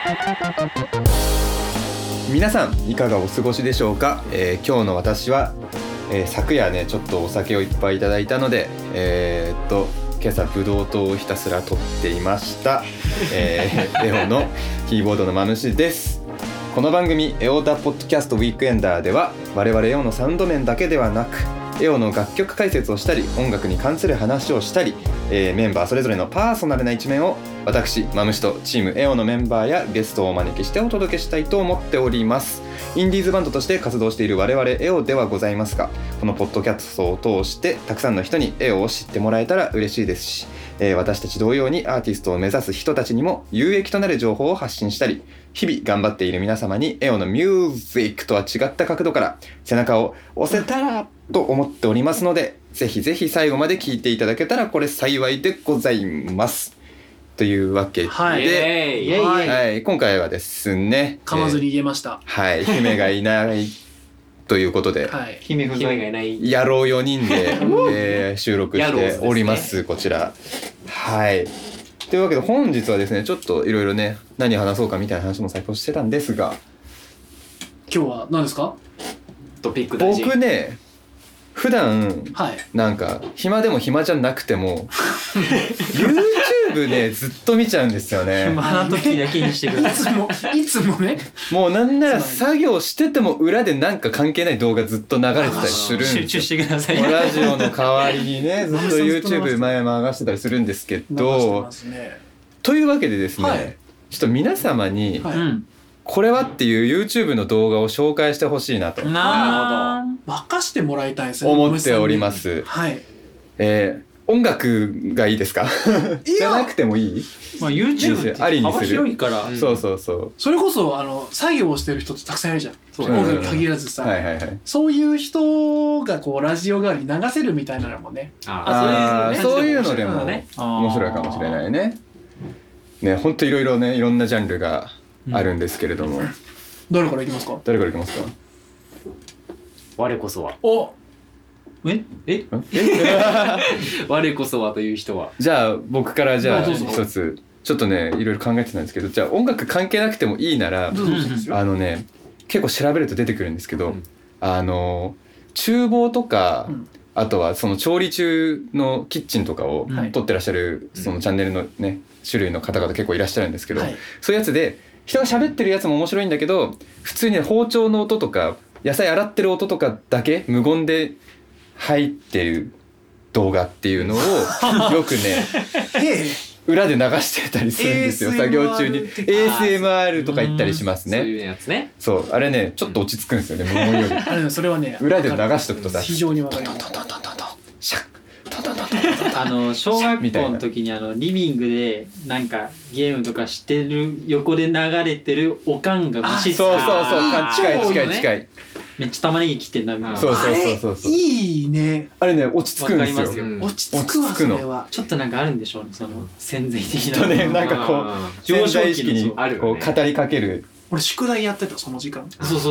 皆さんいかがお過ごしでしょうか。今日の私は、昨夜ねちょっとお酒をいっぱいいただいたので今朝ブドウ糖をひたすら取っていました、エオのキーボードのマムシです。この番組エオダポッドキャストウィークエンダーでは我々エオのサウンド面だけではなくエオの楽曲解説をしたり音楽に関する話をしたり、メンバーそれぞれのパーソナルな一面を私マムシとチームエオのメンバーやゲストをお招きしてお届けしたいと思っております。インディーズバンドとして活動している我々エオではございますが、このポッドキャストを通してたくさんの人にエオを知ってもらえたら嬉しいですし、私たち同様にアーティストを目指す人たちにも有益となる情報を発信したり、日々頑張っている皆様にエオのミュージックとは違った角度から背中を押せたらと思っておりますので、ぜひぜひ最後まで聞いていただけたらこれ幸いでございますというわけで、はい、今回はですね噛まずに言えました、 はい、姫がいないということで、 はい、 姫がいない野郎4人で、収録しております、こちら。はい。というわけで本日はですねちょっといろいろね何話そうかみたいな話も最初してたんですが、 今日は何ですか？ トピック大事。 僕ね普段、 はい、 なんか暇でも暇じゃなくてもYouTube ねずっと見ちゃうんですよね。 暇な時だけにしてください。 いつもねもうなんなら作業してても裏でなんか関係ない動画ずっと流れてたりするんですよ。 集中してください。 ラジオの代わりにねずっと YouTube 前回してたりするんですけど、というわけでですね、はい、ちょっと皆様に、はい、これはっていう YouTube の動画を紹介してほしいなとなるほど任してもらいたいですね思っております。 はい、 音楽がいいですか？じゃなくてもいい？ まあ YouTube ってありにする。 幅広いから、 そうそうそう。 それこそ作業をしてる人ってたくさんいるじゃん。音楽に限らずさ、 はいはいはい、 そういう人がこうラジオ代わりに流せるみたいなのもね。 そういうのでも面白いかもしれないね。ね、ほんといろいろねいろんなジャンルがあるんですけれども、 誰からいきますか？ 誰からいきますか？ 我こそは。 お我こそはという人は。 じゃあ僕からじゃあ一つちょっとねいろいろ考えてたんですけど、じゃあ音楽関係なくてもいいならね結構調べると出てくるんですけど、厨房とか、あとはその調理中のキッチンとかを撮ってらっしゃるそのチャンネルのね種類の方々結構いらっしゃるんですけど、そういうやつで人が喋ってるやつも面白いんだけど、普通に包丁の音とか野菜洗ってる音とかだけ無言で入ってる動画っていうのをよくね裏で流してたりするんですよ。作業中に ASMR とか言ったりしますね。 そういうやつね。 そうあれねちょっと落ち着くんですよね、無音より。 それはね裏で流しとくとさ非常にわかります。 小学校の時にリビングでなんかゲームとかしてる横で流れてるおかんが虫そう近いめっちゃ玉ねぎ切ってんなみたいな。 そういいね。 あれね落ち着くんですよ。 落ち着くわ。それはちょっとなんかあるんでしょうね、その潜在的なね、なんかこう潜在意識にこう語りかける。 俺宿題やってたその時間。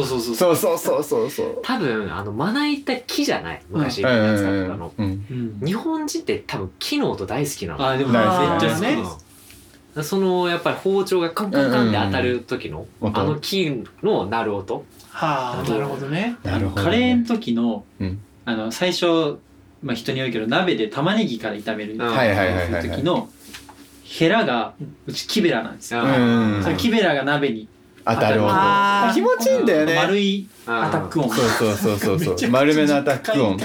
そう多分まな板木じゃない昔のやつだったの。日本人って多分木の音大好きなの。 でもめっちゃ好き。そのやっぱり包丁がカンカンカンって当たる時の木の鳴る音。 はあ、なるほどね。 カレーの時の最初まあ人によるけど鍋で玉ねぎから炒める時のヘラがうち木べらなんですよ。それ木べらが鍋に当たる音気持ちいいんだよね。 丸いアタック音。 そう丸めのアタック音。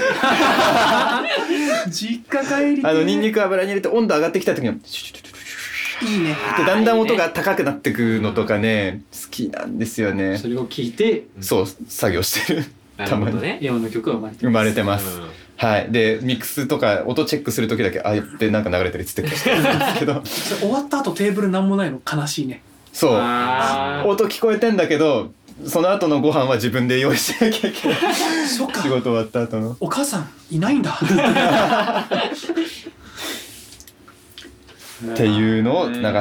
実家帰りニンニク油に入れて温度上がってきた時にいいね。 でだんだん音が高くなってくのとかね好きなんですよね。 それを聞いてそう作業してる。たまにエオの曲が生まれてます。はい。でミックスとか音チェックする時だけああやってなんか流れたりつってくるんですけど終わった後テーブルなんもないの悲しいね。 そう音聞こえてんだけどその後のご飯は自分で用意しなきゃいけない。 そっか。 仕事終わった後のお母さんいないんだっていうのを流します。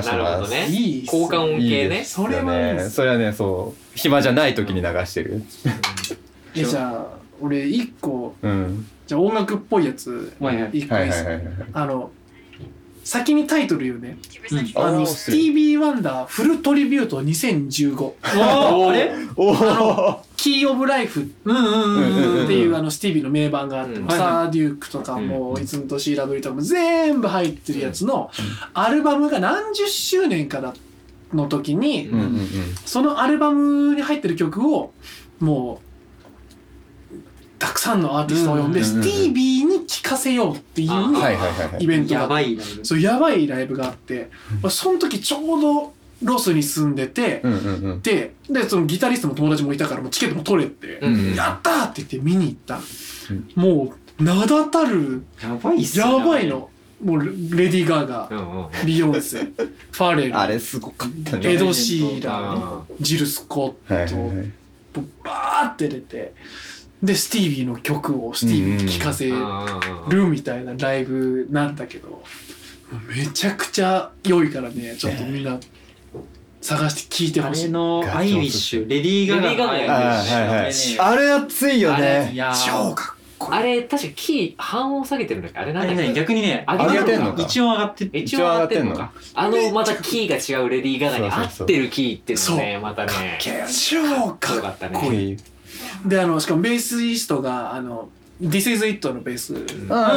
いい交換音系ね。 それはねそう暇じゃない時に流してる。 じゃあ俺一個じゃあ音楽っぽいやつ一個いいですか。 先にタイトル言うね。 うんスティービー・ワンダーフルトリビュート2015。 あれキー・オブ・ライフっていうスティービーの名盤があって、サー・デュークとかもいつもとシーラ・ブリとかも全部入ってるやつのアルバムが何十周年かの時に、そのアルバムに入ってる曲をもうたくさんのアーティストを呼んでスティービーに聴かせようっていうイベントが、 やばいライブ、 そうやばいライブがあって、その時ちょうどロスに住んでて、でそのギタリストの友達もいたからもうチケットも取れて、やったーって言って見に行った、もう名だたるやばいっすね、 やばいの、もうレディー・ガガ、ビヨンセ、ファレル、 あれすごかったね、 エド・シーラー、ジル・スコット、バーって出て、でスティービーの曲をスティービーに聴かせるみたいなライブなんだけど、めちゃくちゃ良いからね、ちょっとみんな探して聴いてほしい。 あれのアイウィッシュ、レディー・ガガのアイウィッシュ、 あれ熱いよね。 超かっこいい。 あれ確かキー半音下げてるんだっけ、あれなんだっけ、 逆にね上げてんのか、一音上がってる、 一音上がってんのか、またキーが違うレディー・ガガに合ってるキーっていうのね、またね超かっこいい。でしかもベースストがThis Is It のベース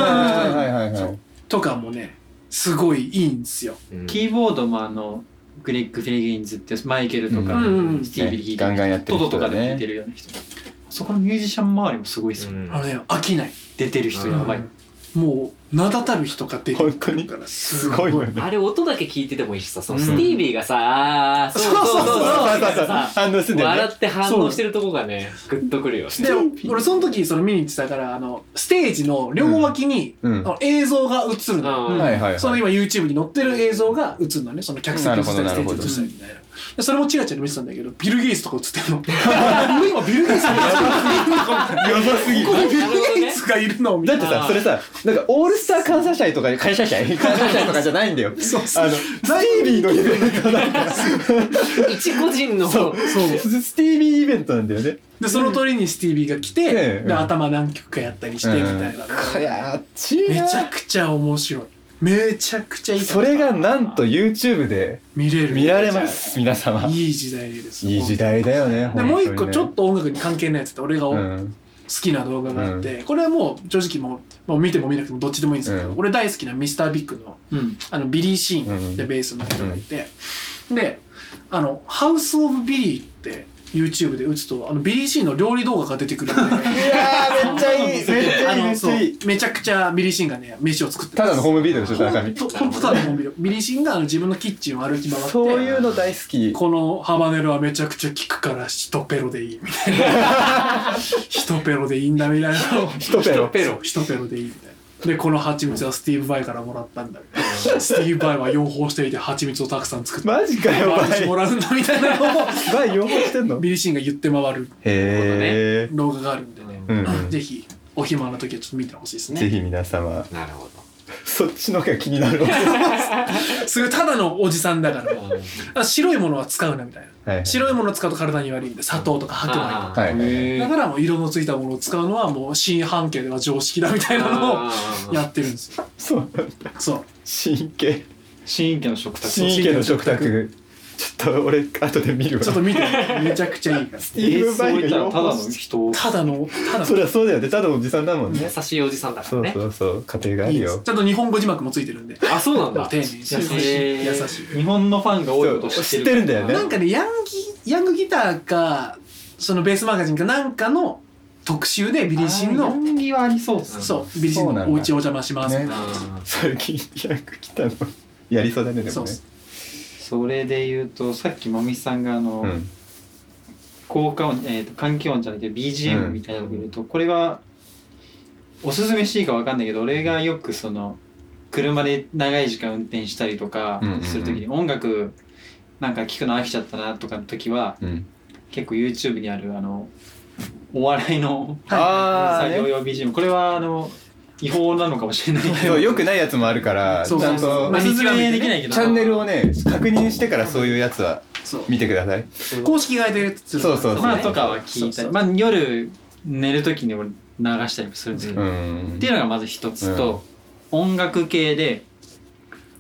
とかもねすごいいいんですよ。 キーボードもグレッグ・フィレギンズってマイケルとかスティービーで弾いてるトドとかで弾いてるような人、そこのミュージシャン周りもすごいですよ。 飽きない、 出てる人やばい、 もう名だたる人が出てるからすごいよね。 あれ音だけ聞いててもいいしさ、そのスティービーがさ、そう反応してんだよね、 笑って反応してるとこがねグッとくるよね。 で俺その時見に行ってたからステージの両脇に映像が映るの、その今 YouTube に載ってる映像が映るのね、その客席を映したりステージを映したりみたいな。それもチラチラ見てたんだけど、ビル・ゲイツとか映ってるの。今ビル・ゲイツがやばすぎる。 ビル・ゲイツがいるのみたいな。 だってさ、それさ、なんかオールスター感謝祭とか感謝祭とかじゃないんだよ。スティービーのイベントなんだ。 一個人のそうスティービーイベントなんだよね。 でその通りにスティービーが来て、で頭何曲かやったりしてみたいな。めちゃくちゃ面白い。めちゃくちゃいい。 それがなんと YouTube で見られます、皆様。 いい時代です。 いい時代だよね。 でもう一個ちょっと音楽に関係ないやつって俺が好きな動画があって、これはもう正直もう見ても見なくてもどっちでもいいんですけど、俺大好きなミスタービッグのビリー・シーンでベースの人がいて、でハウス・オブ・ビリーって YouTube で打つとビリー・シーンの料理動画が出てくるんで、いやめっちゃいい、めっちゃいい、めっちゃいい。 めちゃくちゃビリー・シーンがね飯を作ってる。 ただのホームビデオでしょ、中身。 ほんとただのホームビデオ。ビリー・シーンが自分のキッチンを歩き回って、 そういうの大好き。このハバネロはめちゃくちゃ効くから一ペロでいいみたいな。一ペロでいいんだみたいな。 一ペロでいいみたいな。でこの蜂蜜はスティーブ・バイからもらったんだみたいな。スティーブ・バイは養蜂していて蜂蜜をたくさん作ってマジかよ、 バイもらうんだみたいなのをバイ養蜂してんの、 ビリー・シーンが言って回る動画があるんでね、ぜひお暇な時はちょっと見てほしいですね。 ぜひ皆様。 なるほど。 そっちの方が気になるわ。 すごいただのおじさんだから白いものは使うなみたいな、白いものを使うと体に悪いんで砂糖とか白米とか、だからもう色のついたものを使うのはもう新半径では常識だみたいなのをやってるんですよ。 そうなんだ。 そう新家の食卓。 新家の食卓。ちょっと俺後で見るわ。 ちょっと見て、めちゃくちゃいいから。 スティーブ・バイがただの人。 ただの。 そりゃそうだよね。ただのおじさんだもんね。 優しいおじさんだからね。 そう家庭があるよ。 ちゃんと日本語字幕もついてるんで。 あ、そうなんだ。 丁寧に優しい。 日本のファンが多いこと知ってるんだよね。 なんかねヤングギターかそのベースマガジンかなんかの特集でビリシンの。 ヤンギはありそう。 そうビリシンのお家お邪魔しますみたいな。 最近ヤングギターのやりそうだねでもね。 それで言うとさっきまみさんが効果音、環境音じゃなくて BGM みたいなのを見ると、これはおすすめしていいか分かんないけど、俺がよくその車で長い時間運転したりとかするときに音楽なんか聴くの飽きちゃったなとかの時は、結構 YouTube にあるお笑いの作業用 BGM、これは違法なのかもしれないけど、 よくないやつもあるからちゃんとおすすめできないけどチャンネルをね確認してからそういうやつは見てください。 公式が出るやつそうまあとかは聞いたり、まあ夜寝る時に俺流したりもするんですけど、っていうのがまず一つと、音楽系で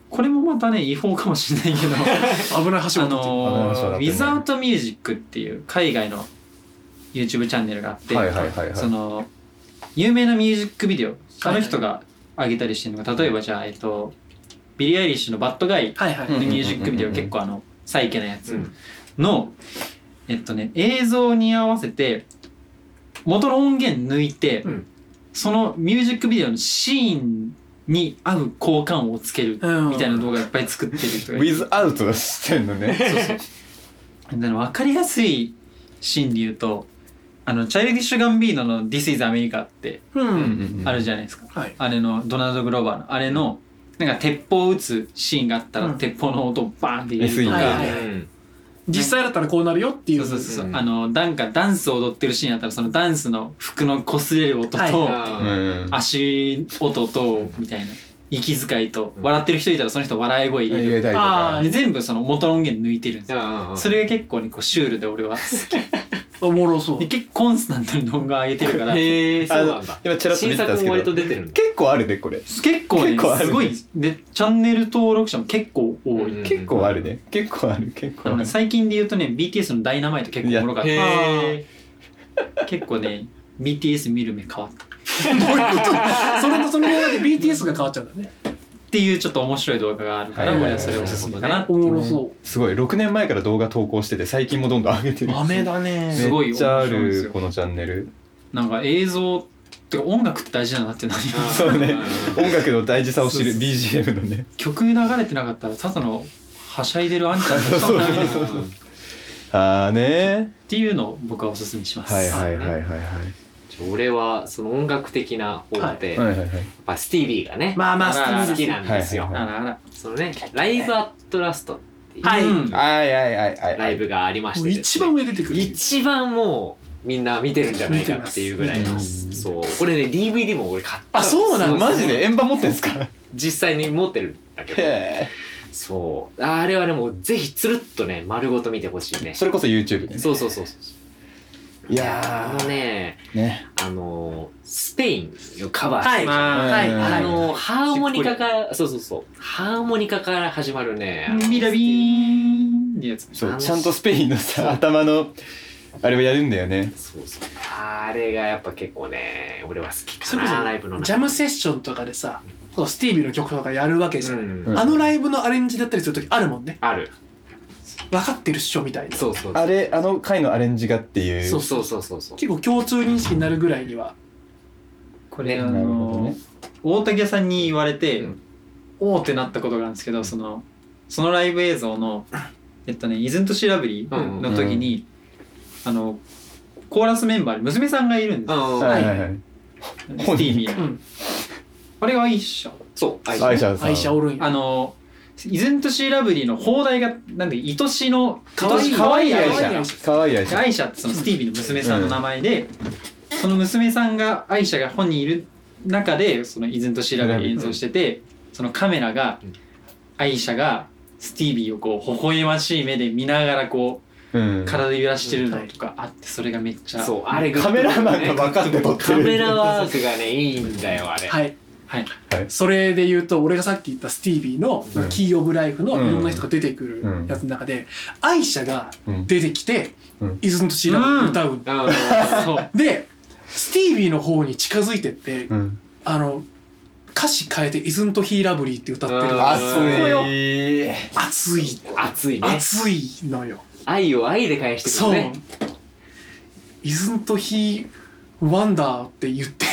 これもまたね違法かもしれないけど危ない橋渡ってる。 Without Music っていう海外の YouTube チャンネルがあって、その有名なミュージックビデオあの人が上げたりしてるのが、例えばじゃあビリー・アイリッシュのバッドガイのミュージックビデオ、結構サイケなやつの映像に合わせて元の音源抜いて、そのミュージックビデオのシーンに合う効果音をつけるみたいな動画いっぱい作ってる人がいる。 Without してんのね。 そう分かりやすいシーンで言うとチャイルディッシュ・ガンビーノの This is America ってあるじゃないですか、あれのドナルド・グローバーのあれのなんか鉄砲を撃つシーンがあったら、鉄砲の音をバーンって入れるとか、 実際だったらこうなるよっていう。 なんかダンスを踊ってるシーンだったらそのダンスの服の擦れる音と、足音とみたいな息遣いと、笑ってる人いたらその人笑い声入れるとかで全部その元の音源抜いてるんですよ。それが結構シュールで俺は好き。 おもろそう。 で結構コンスタントに動画上げてるから。 へえ、そうなんだ。 今チラッと見てたんですけど、 割と出てるの。 結構あるねこれ。 結構ねすごいでチャンネル登録者も結構多い。 結構あるね。結構ある。 最近で言うとね BTS のダイナマイト結構おもろかった。結構ね BTS 見る目変わった。 どういうこと？それとその辺だけ BTS が変わっちゃうんだね。 っていうちょっと面白い動画があるから、俺はそれをおすすめかな。 おもろそう。 すごい6年前から動画投稿してて最近もどんどん上げてる。 豆だね。 すごいめっちゃあるこのチャンネル。 なんか映像ってか音楽って大事だなって何。 そうね。音楽の大事さを知る BGM のね。 曲流れてなかったらただのはしゃいでるあんちゃんの人だけですよ。 あーねっていうのを僕はおすすめします。 はい。 俺はその音楽的な方で、やっぱスティービーがね、 まあスティービー好きなんですよ。そのね、ライブアットラストっていうライブがありまして、 一番上出てくる。 一番もうみんな見てるんじゃないかっていうぐらいの、そう、これね DVD も俺買った。 あ、そうなんマジで円盤持ってんすか？ 実際に持ってるんだけど。そう、あれはねもうぜひつるっとね丸ごと見てほしいね。 それこそ YouTube ね。 そう。 いやねスペインをカバーしてるハーモニカからハーモニカから始まるねミラビーンってやつ。 そうちゃんとスペインのさ頭のあれをやるんだよね。 そうあれがやっぱ結構ね俺は好きかな。ライブのジャムセッションとかでさスティービーの曲とかやるわけじゃん。あのライブのアレンジだったりする時あるもんね。 ある。 分かってるっしょみたいな。 あれあの回のアレンジがっていう。 そう結構共通認識になるぐらいには。 これ大竹さんに言われておーってなったことがあるんですけど、そのライブ映像のイズントシラブリーの時にコーラスメンバーに娘さんがいるんですよ。スティービーのあれがアイシャ。 そうアイシャおるんや。 イズントシーラブリーの放題がなんで愛しのかわいいアイシャ。 アイシャってそのスティービーの娘さんの名前で、その娘さんがアイシャが本人いる中でそのイズントシーラブリー演奏してて、そのカメラがアイシャがスティービーをこう微笑ましい目で見ながらこう体揺らしてるのとかあって、それがめっちゃあれカメラマンが分かって撮ってる。 カメラワークがねいいんだよあれ。 はい、それで言うと俺がさっき言ったスティービーの「キー・オブ・ライフ」のいろんな人が出てくるやつの中でアイシャが出てきて「イズント・シーラブリー」歌うでスティービーの方に近づいてって歌詞変えて「イズント・ヒー・ラブリー」って歌ってる。熱いのよ。 愛を愛で返してくるね。 そう「イズント・ヒー・ワンダー」って言って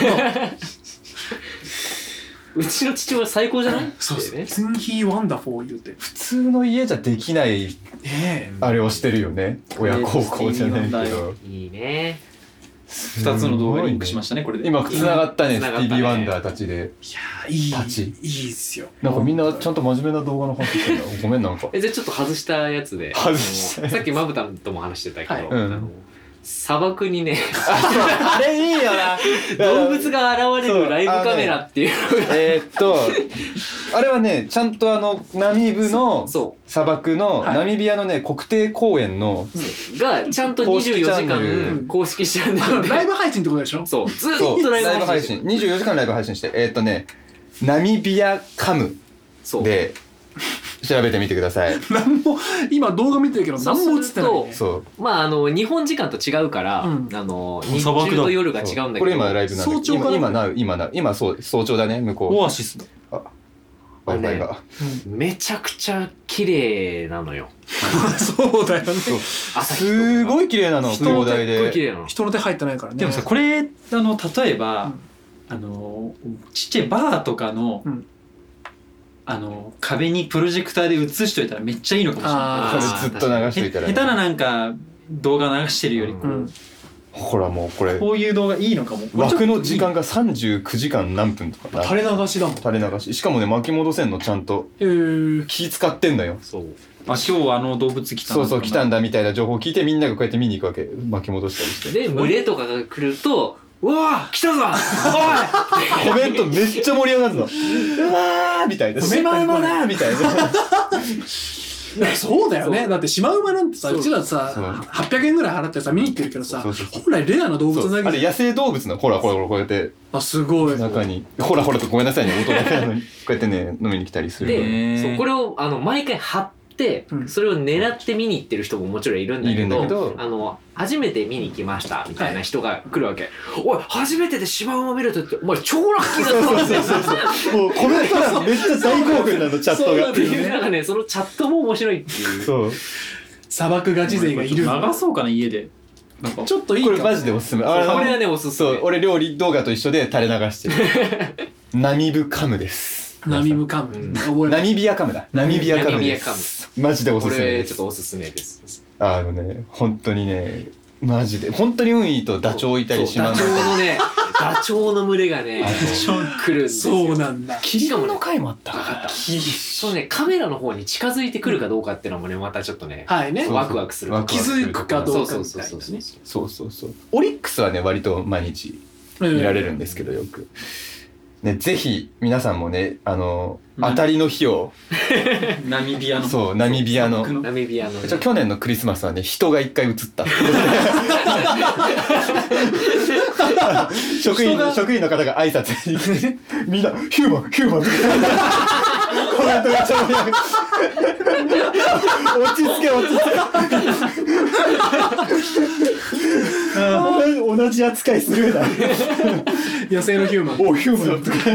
うちの父親最高じゃない？ そうですね。He wonderful 言うて。 普通の家じゃできないあれをしてるよね。親孝行じゃないけど。 いいね。 2つの動画リンクしましたねこれで。 今つながったね。スティービー・ワンダーたちで。 いやいいですよ。 なんかみんなちゃんと真面目な動画の話してるんだ。ごめんなんか。 じゃあちょっと外したやつで。さっきまぶたんとも話してたけど。砂漠にねあれいいよな。 動物が現れるライブカメラっていうあれはねちゃんとナミブの砂漠のナミビアのね国定公園のがちゃんと24時間公式チャンネルライブ配信ってことでしょ。 そうずっとライブ配信 24時間ライブ配信してナミビアカムそうで調べてみてください。 なんも今動画見てるけど何も映ってないね。 そうまあ日本時間と違うから、日中と夜が違うんだけど、 これ今ライブなんだけど、 早朝か今そう早朝だね向こう。 オアシスだ。 Wi-Fi がめちゃくちゃ綺麗なのよ。 そうだよね。 すごい綺麗なの、広大で。 人の手入ってないからね。 でもさ、これ例えば、ちっちゃいバーとかの、壁にプロジェクターで映しといたらめっちゃいいのかもしれない。 それずっと流しといたら、 下手ななんか動画流してるよりほらもうこれこういう動画いいのかも。 枠の時間が39時間何分とかな。 垂れ流しだもん。 垂れ流し。しかもね巻き戻せんのちゃんと。気使ってんだよ。 そう。 今日動物来たんだ。 そう来たんだみたいな情報を聞いてみんながこうやって見に行くわけ。巻き戻したりして。 で群れとかが来ると。うわー来たぞおいコメントめっちゃ盛り上がるの。うわーみたいな。シマウマだみたいな。 そうだよね。だってシマウマなんてさ、うちらさ800円ぐらい払ってさ見に行ってるけどさ、本来レアな動物だけど、 あれ野生動物のほらこうやって、 すごい中にほらとごめんなさいね、音だけなのにこうやってね飲みに来たりする。 でそうこれを毎回貼って、それを狙って見に行ってる人ももちろんいるんだけど、初めて見に来ましたみたいな人が来るわけ。おい初めてでシマウマ見るとってお前超ラッキーだったもうコメント欄めっちゃ大興奮なのチャットが。 っていうなんかね、そのチャットも面白いっていう。 そう砂漠ガチ勢がいる。 流そうかな家で。なんかちょっといいかも。 これマジでおすすめ。 これはねおすすめ。 そう俺料理動画と一緒で垂れ流してる。ナミブカムです。 ナミブカム。 ナミビアカムだ。ナミビアカムです。マジでおすすめです。 これちょっとおすすめです。 本当にねマジで本当に運いいとダチョウいたりしまう。 ダチョウの群れがね来るんですよ。 そうなんだ。 キリンの回もあったから。 そうね、カメラの方に近づいてくるかどうかっていうのもねまたちょっとねワクワクする。 気づくかどうかみたいなね。 そうオリックスはね割と毎日見られるんですけどよくね、ぜひ皆さんもね当たりの日をナミビアの去年のクリスマスはね人が一回映った職員の方が挨拶に来てみんなヒューマンコメントがちゃうやん落ち着け同じ扱いするな野生のヒューマンヒューマンとか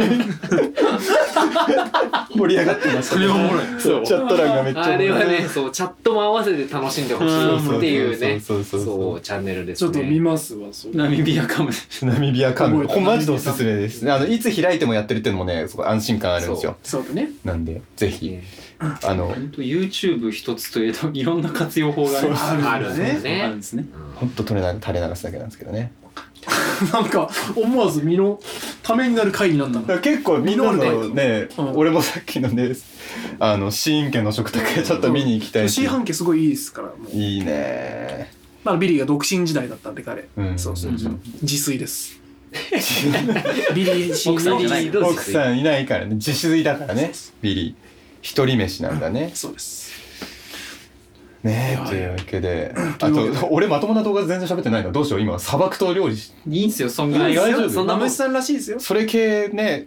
盛り上がってます。 それおもろい。 チャット欄がめっちゃあれはねそうチャットも合わせて楽しんでほしいっていうねそうチャンネルですね。 ちょっと見ますわ。 ナミビアカムマジでおすすめですね。いつ開いてもやってるっていうのもねすごい安心感あるんですよ。 そうだね。 なんでぜひ YouTube 一つというといろんな活用法があるんですね。 ほんと垂れ流すだけなんですけどね。 なんか思わず身のためになる回になったの。 結構みんなのね、俺もさっきのねシーン家の食卓ちょっと見に行きたい。 シーハン家すごいいいですから。 いいね。 ビリーが独身時代だったんで彼。そう自炊です。ビリーシーハン奥さんいないからね自炊だからねビリー一人飯なんだね。 そうです。 ねえというわけであと俺まともな動画全然喋ってないのどうしよう今砂漠と料理いいんすよそんぐらい。 そんな虫さんらしいですよ。 それ系ね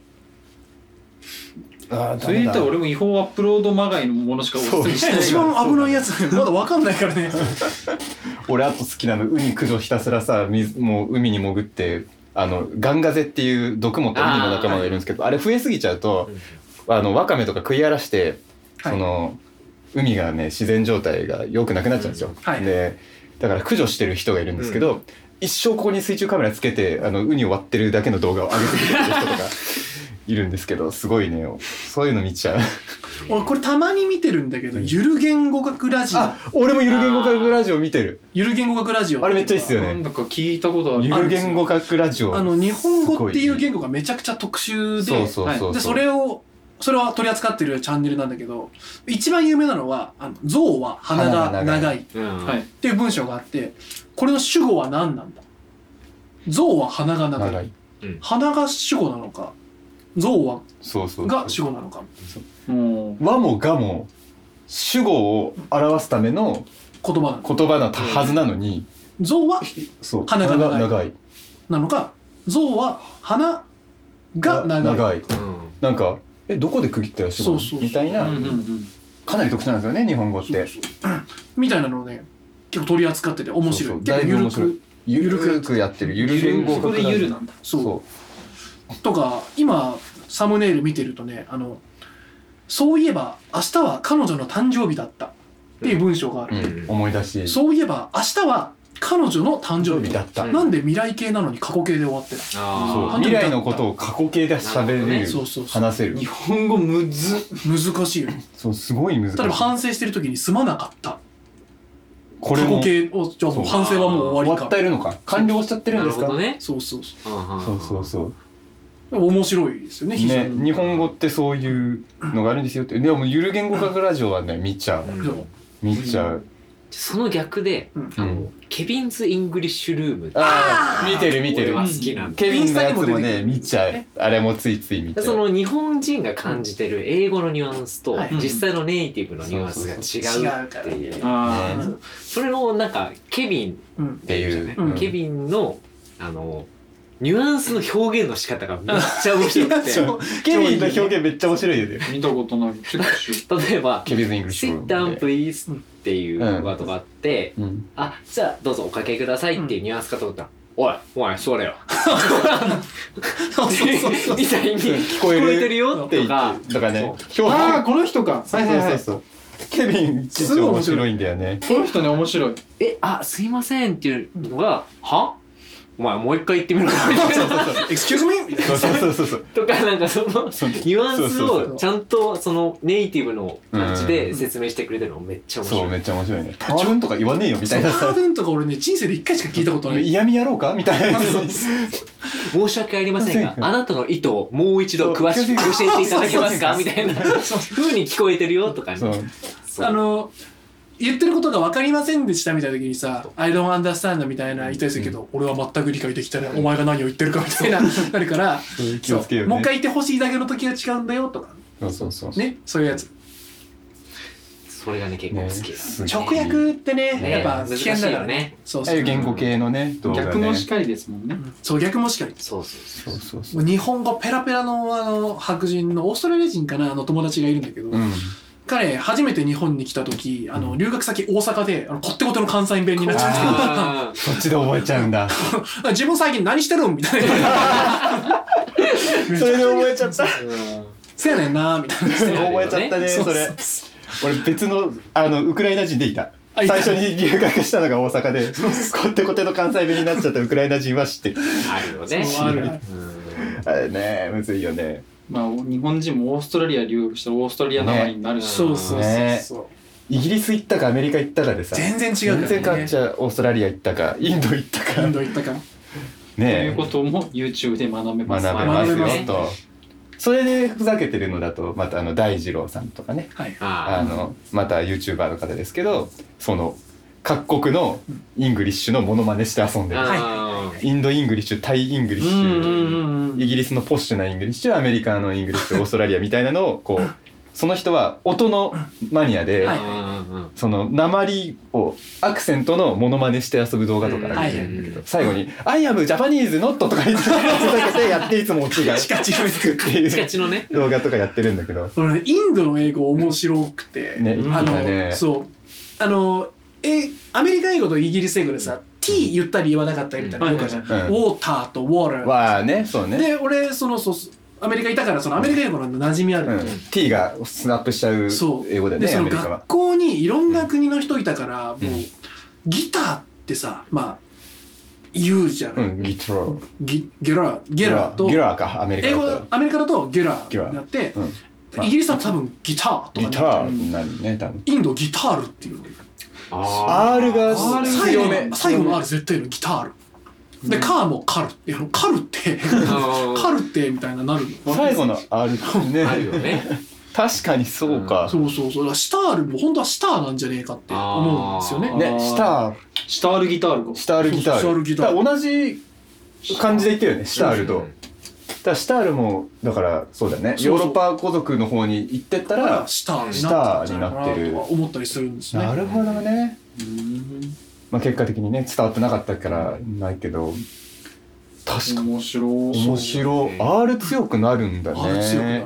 それ言ったら俺も違法アップロードまがいのものしかおすすめしてない。 一番危ないやつまだ分かんないからね。 俺あと好きなのウニ駆除ひたすらさもう海に潜ってガンガゼっていう毒持ったウニの仲間がいるんですけどあれ増えすぎちゃうとワカメとか食い荒らして海がね自然状態が良くなくなっちゃうんですよ。でだから駆除してる人がいるんですけど一生ここに水中カメラつけてウニを割ってるだけの動画を上げてくれてる人とかいるんですけどすごいねそういうの見ちゃう。 俺これたまに見てるんだけどゆる言語学ラジオ。 俺もゆる言語学ラジオ見てる。 ゆる言語学ラジオあれめっちゃいいっすよね。 なんか聞いたことある。 ゆる言語学ラジオ日本語っていう言語がめちゃくちゃ特殊でそれは取り扱ってるチャンネルなんだけど一番有名なのは象は鼻が長いっていう文章があってこれの主語は何なんだ。象は鼻が長い。鼻が主語なのか象はが主語なのか。 和もがも主語を表すための言葉なはずなのに象は鼻が長いなのか象は鼻が長い。 なんかどこで区切ったらしまうみたいな、かなり特殊なんですよね日本語って。 みたいなのをね結構取り扱ってて面白い。 だいぶ面白い。ゆるくやってる。ゆる言語学。 ゆるなんだ。 そうとか今サムネイル見てるとねそういえば明日は彼女の誕生日だったっていう文章がある、 思い出し、 そういえば明日は彼女の誕生日だった、なんで未来形なのに過去形で終わってる。 未来のことを過去形で喋れる、話せる。 日本語難しいよね。 そうすごい難しい。 例えば反省してる時にすまなかった、これも過去形をじゃあもう反省はもう終わりか、 終わってるのか、完了しちゃってるんですか。 そう面白いですよね。 ね、日本語ってそういうのがあるんですよって。でもゆる言語学ラジオはね見ちゃう。 その逆でケビンズ・イングリッシュルーム、 見てる俺は好きなんケビンのやつもね見ちゃう。あれもついつい見ちゃう。 その日本人が感じてる英語のニュアンスと実際のネイティブのニュアンスが違うっていう、それのなんかケビンっていうケビンのニュアンスの表現の仕方がめっちゃ面白くてケビンの表現めっちゃ面白いよね。 見たことない。 例えばケビンズ・イングリッシュ Sit down please っていうワードがあって、じゃあどうぞおかけくださいっていうニュアンスかと思ったら、おい座れよみたいに聞こえてるよとかね。 この人か。 そうケビンちょっと面白いんだよね。 この人ね面白い。 すいませんっていうのがはお前もう一回言ってみろみたいな Excuse me? みたいなとかなんかそのニュアンスをちゃんとそのネイティブの感じで説明してくれてるのめっちゃ面白い。 そうめっちゃ面白いね。パールンとか言わねえよみたいな。 パールンとか俺ね人生で1回しか聞いたことない。 嫌味やろうかみたいな。 申し訳ありませんがあなたの意図をもう一度詳しく教えていただけますかみたいな風に聞こえてるよとかね。 言ってることが分かりませんでしたみたいな時にさ「I don't understand」みたいな言ったりするけど、俺は全く理解できたらお前が何を言ってるかみたいななるから気をつけようね。 もう一回言ってほしいだけの時は違うんだよとかね、そういうやつ。 それがね結構好き。 直訳ってねやっぱ危険だからね。 ああいう言語系のね動画ね。 逆もしかりですもんね。 そう逆もしかり。そう日本語ペラペラの白人のオーストラリア人かな友達がいるんだけど、彼初めて日本に来た時留学先大阪でこってこての関西弁になっちゃってそっちで覚えちゃうんだ。 自分最近何してるんみたいなそれで覚えちゃった。 せやねんなみたいな覚えちゃったねそれ。俺別のウクライナ人でいた。最初に留学したのが大阪でこってこての関西弁になっちゃったウクライナ人は知ってる。 あるよね。 あれねむずいよね。 まあ日本人もオーストラリア留学したらオーストラリア名前になるし、 そうイギリス行ったかアメリカ行ったかでさ全然違うからね。 全然変わっちゃう。オーストラリア行ったかインド行ったかねそういうことも YouTube で学べますよと。それでふざけてるのだとまた大二郎さんとかね、また YouTuber の方ですけどその各国のイングリッシュのモノマネして遊んでる。インドイングリッシュ、タイイングリッシュ、イギリスのポッシュなイングリッシュ、アメリカのイングリッシュ、オーストラリアみたいなのをこうその人は音のマニアでその訛をアクセントのモノマネして遊ぶ動画とかあるんだけど最後に「I am Japanese not」とか言ってふざけてやっていつもオチがチカチっていう動画とかやってるんだけど、 インドの英語面白くてアメリカ英語とイギリス英語でさ「T」言ったり言わなかったりみたいなのがじゃん。ウォーターとウォーターはねそうね。 で俺アメリカいたからアメリカ英語の馴染みある。 T がスナップしちゃう英語だよね。 でその学校にいろんな国の人いたからもうギターってさまあ言うじゃん。 ギターゲラとゲラかアメリカだとアメリカだとゲラになってイギリスは多分ギターとかギターになるね多分。 インドギタールっていうの。 R が強め。 最後の R 絶対のギタール。でカーもカルってカルってみたいなる。 最後の R ね。 あるよね。 確かにそうか。 そうシタールも本当はシターなんじゃねえかって思うんですよね。 シタールギタール。 シタールギタール。同じ感じで言ってるよねシタールと。シタールもだからそうだねヨーロッパ孤独の方に行ってったらシターになってるとは思ったりするんですね。 なるほどね。結果的にね伝わってなかったからないけど確かに面白い。R 強くなるんだね。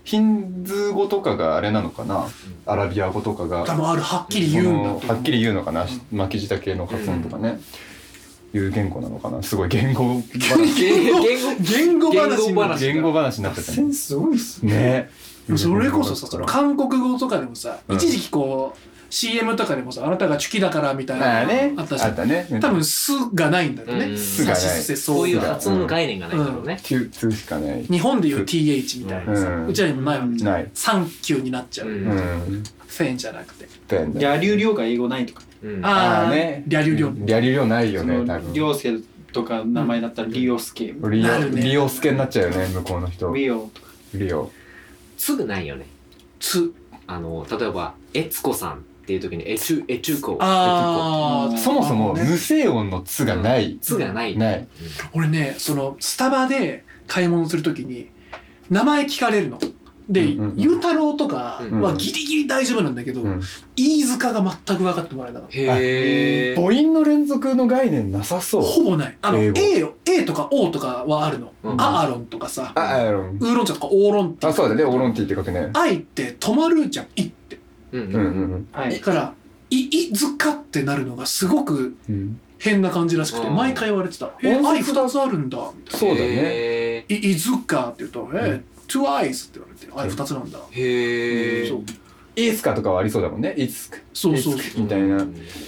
ヒンズー語とかがあれなのかな、アラビア語とかが多分はっきり言うんだと思う。 はっきり言うのかな、巻き舌系の発音とかね、いう言語なのかな。すごい言語話言語話になっちゃったセンスすごいっすね。 それこそさ、韓国語とかでもさ、一時期こう CM とかでもさ、あなたがチュキだからみたいなあったじゃん。多分すがないんだよね。 すがない。 そういう発音の概念がないからね。 つしかない。 日本でいう TH みたいなさ、うちらにもないわけじゃん。サンキューになっちゃう。フェンじゃなくて。 リャリュウリョウが英語ないとか。 ああね。リャリュウリョウ。 リャリュウリョウないよね。多分。 リョウスケとか名前だったらリオスケ。 リオスケになっちゃうよね、向こうの人。 リオとか。 リオ。 つぐないよね。 つ。 例えばエツコさんっていう時にエチュコ。 そもそも無声音のつがない。 つがない。 俺ね、そのスタバで買い物するときに名前聞かれるの。で、ゆうたろうとかはギリギリ大丈夫なんだけど、飯塚が全く分かってもらえなかった。 母音の連続の概念なさそう。 ほぼない。A とか O とかはあるの。アーロンとかさ、ウーロン茶とかオーロンティー。 そうだね、オーロンティーって書くね。 愛って止まるじゃん、いって。だから、いずかってなるのがすごく変な感じらしくて、毎回言われてた。愛2つあるんだ、みたいな。 そうだね。 いずかって言うと、two eyes って言われて、愛2つなんだ。 へえ。 いつかとかはありそうだもんね。いつか。 そうみたいな。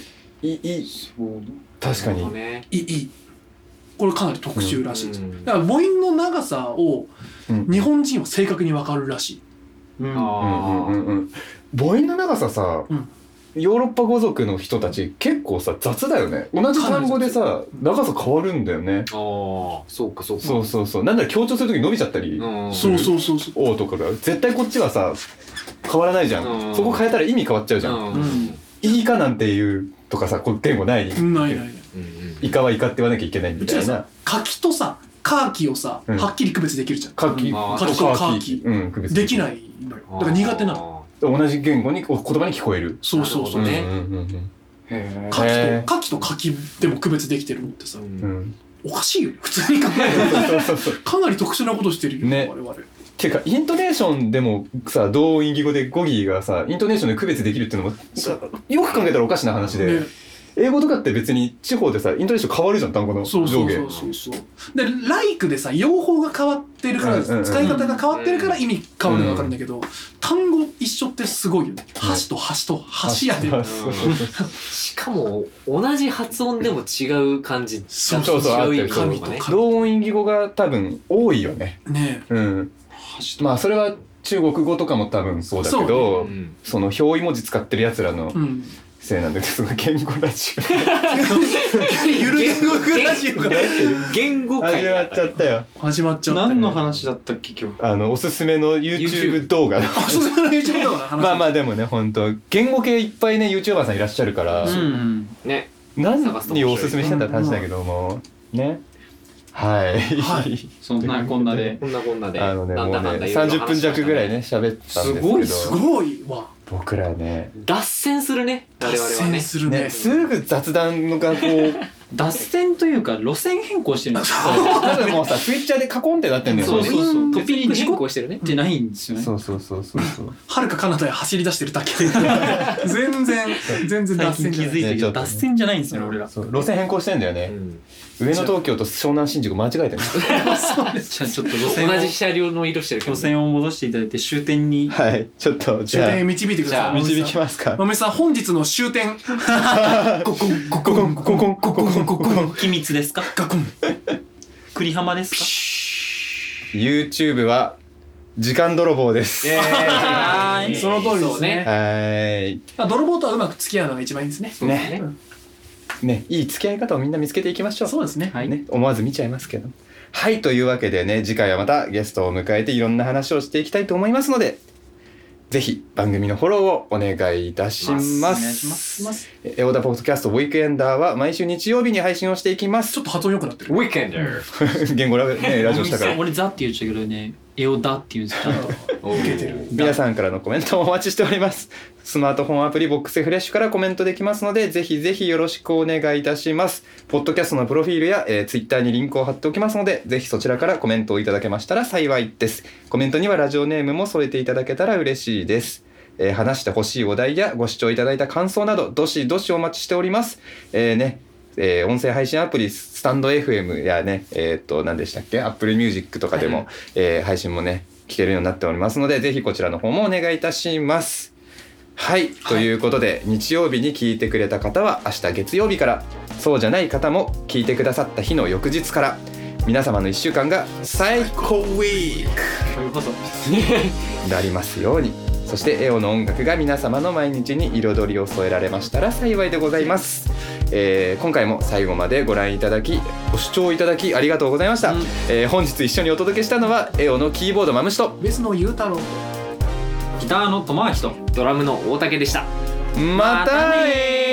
確かに。 これかなり特殊らしいです。だから母音の長さを日本人は正確に分かるらしい。 母音の長ささ、ヨーロッパ語族の人たち結構さ雑だよね。同じ単語でさ長さ変わるんだよね。 そうか。 そうなんだら強調するとき伸びちゃったり。 そう。 O とかが絶対こっちはさ変わらないじゃん。そこ変えたら意味変わっちゃうじゃん。イカなんていうとかさ、これ言語ない。 ない。 イカはイカって言わなきゃいけないみたいな。 柿とさ、カーキをさ、はっきり区別できるじゃん。 柿とカーキ。 区別できないのよ。だから苦手なの。 同じ言語に言葉に聞こえる。 そうね。カキとカキでも区別できてるのってさ、おかしいよね、普通に考えたら。かなり特殊なことしてるよね、我々。 ていうかイントネーションでもさ、同音異義語で語義がさイントネーションで区別できるっていうのもよく考えたらおかしな話で、英語とかって別に地方でさイントネーション変わるじゃん、単語の上下。 そうで、like でさ用法が変わってるから、使い方が変わってるから意味変わるのが分かるんだけど、単語一緒ってすごいよね。箸と箸と箸やで。 しかも同じ発音でも違う感じ。 そう違う意味とかね。同音異義語が多分多いよね。まあそれは中国語とかも多分そうだけど、その表意文字使ってるやつらのせいなんだけど、その言語ラジオゆる言語ラジオが言語会始まっちゃったよ。 始まっちゃった。 何の話だったっけ今日。 おすすめの YouTube 動画。おすすめの YouTube 動画の話。 まあでもね、本当言語系いっぱいね YouTuber さんいらっしゃるから、 ね、 何におすすめしてんだって話だけどもね。はい。 そんなこんなで。 もうね30分弱ぐらいね喋ったんですけど。 すごいわ。 僕らね脱線するね、我々はね。 すぐ雑談がこう脱線というか路線変更してるんですよ。 多分もうさツイッチャーでカコンってなってんだよね。 トピック変更してるね。 ってないんですよね。 そう。 はるか彼方へ走り出してるだけで全然脱線気づいてるけど脱線じゃないんですよね、俺ら。 路線変更してんだよね。上野東京と湘南新宿間違えてる。 そうです。じゃあちょっと路線同じ車両の色してるけど、 路線を戻していただいて終点に。 はい。ちょっと終点へ導いてください。 導きますか。 豆さん本日の終点。 ここ秘密ですか？ ガコン。 栗浜ですか？ YouTube は時間泥棒です。 その通りですね。 泥棒とはうまく付き合うのが一番いいですね。 ね、いい付き合い方をみんな見つけていきましょう。 そうですね。 思わず見ちゃいますけど。はい、というわけでね、次回はまたゲストを迎えていろんな話をしていきたいと思いますので、ぜひ番組のフォローをお願いいたします。 お願いします。 エオダポッドキャストウィークエンダーは毎週日曜日に配信をしていきます。 ちょっと発音良くなってる。 ウィークエンダー。 言語ラジオしたから。 俺ザって言っちゃうけどね、エオダって言うんですよ。 受けてる。 皆さんからのコメントをお待ちしております。スマートフォンアプリボックスフレッシュからコメントできますので、ぜひぜひよろしくお願いいたします。ポッドキャストのプロフィールや、ツイッターにリンクを貼っておきますので、ぜひそちらからコメントをいただけましたら幸いです。コメントにはラジオネームも添えていただけたら嬉しいです。話してほしいお題やご視聴いただいた感想などどしどしお待ちしております。音声配信アプリスタンド FM やね何でしたっけ Apple Music とかでも、配信もね聞けるようになっておりますので、ぜひこちらの方もお願いいたします。はい、ということで日曜日に聞いてくれた方は明日月曜日から、そうじゃない方も聞いてくださった日の翌日から、皆様の1週間が最高ウィークそういうことなりますように。そしてエオの音楽が皆様の毎日に彩りを添えられましたら幸いでございます。今回も最後までご覧いただきご視聴いただきありがとうございました。本日一緒にお届けしたのはエオのキーボードマムシとベスのゆうたろう、 ギターのともあきとドラムの大竹でした。 またね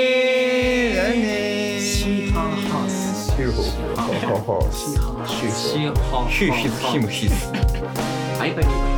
シーハーハースシーハーハースシーハーヒムヒズバイバイ。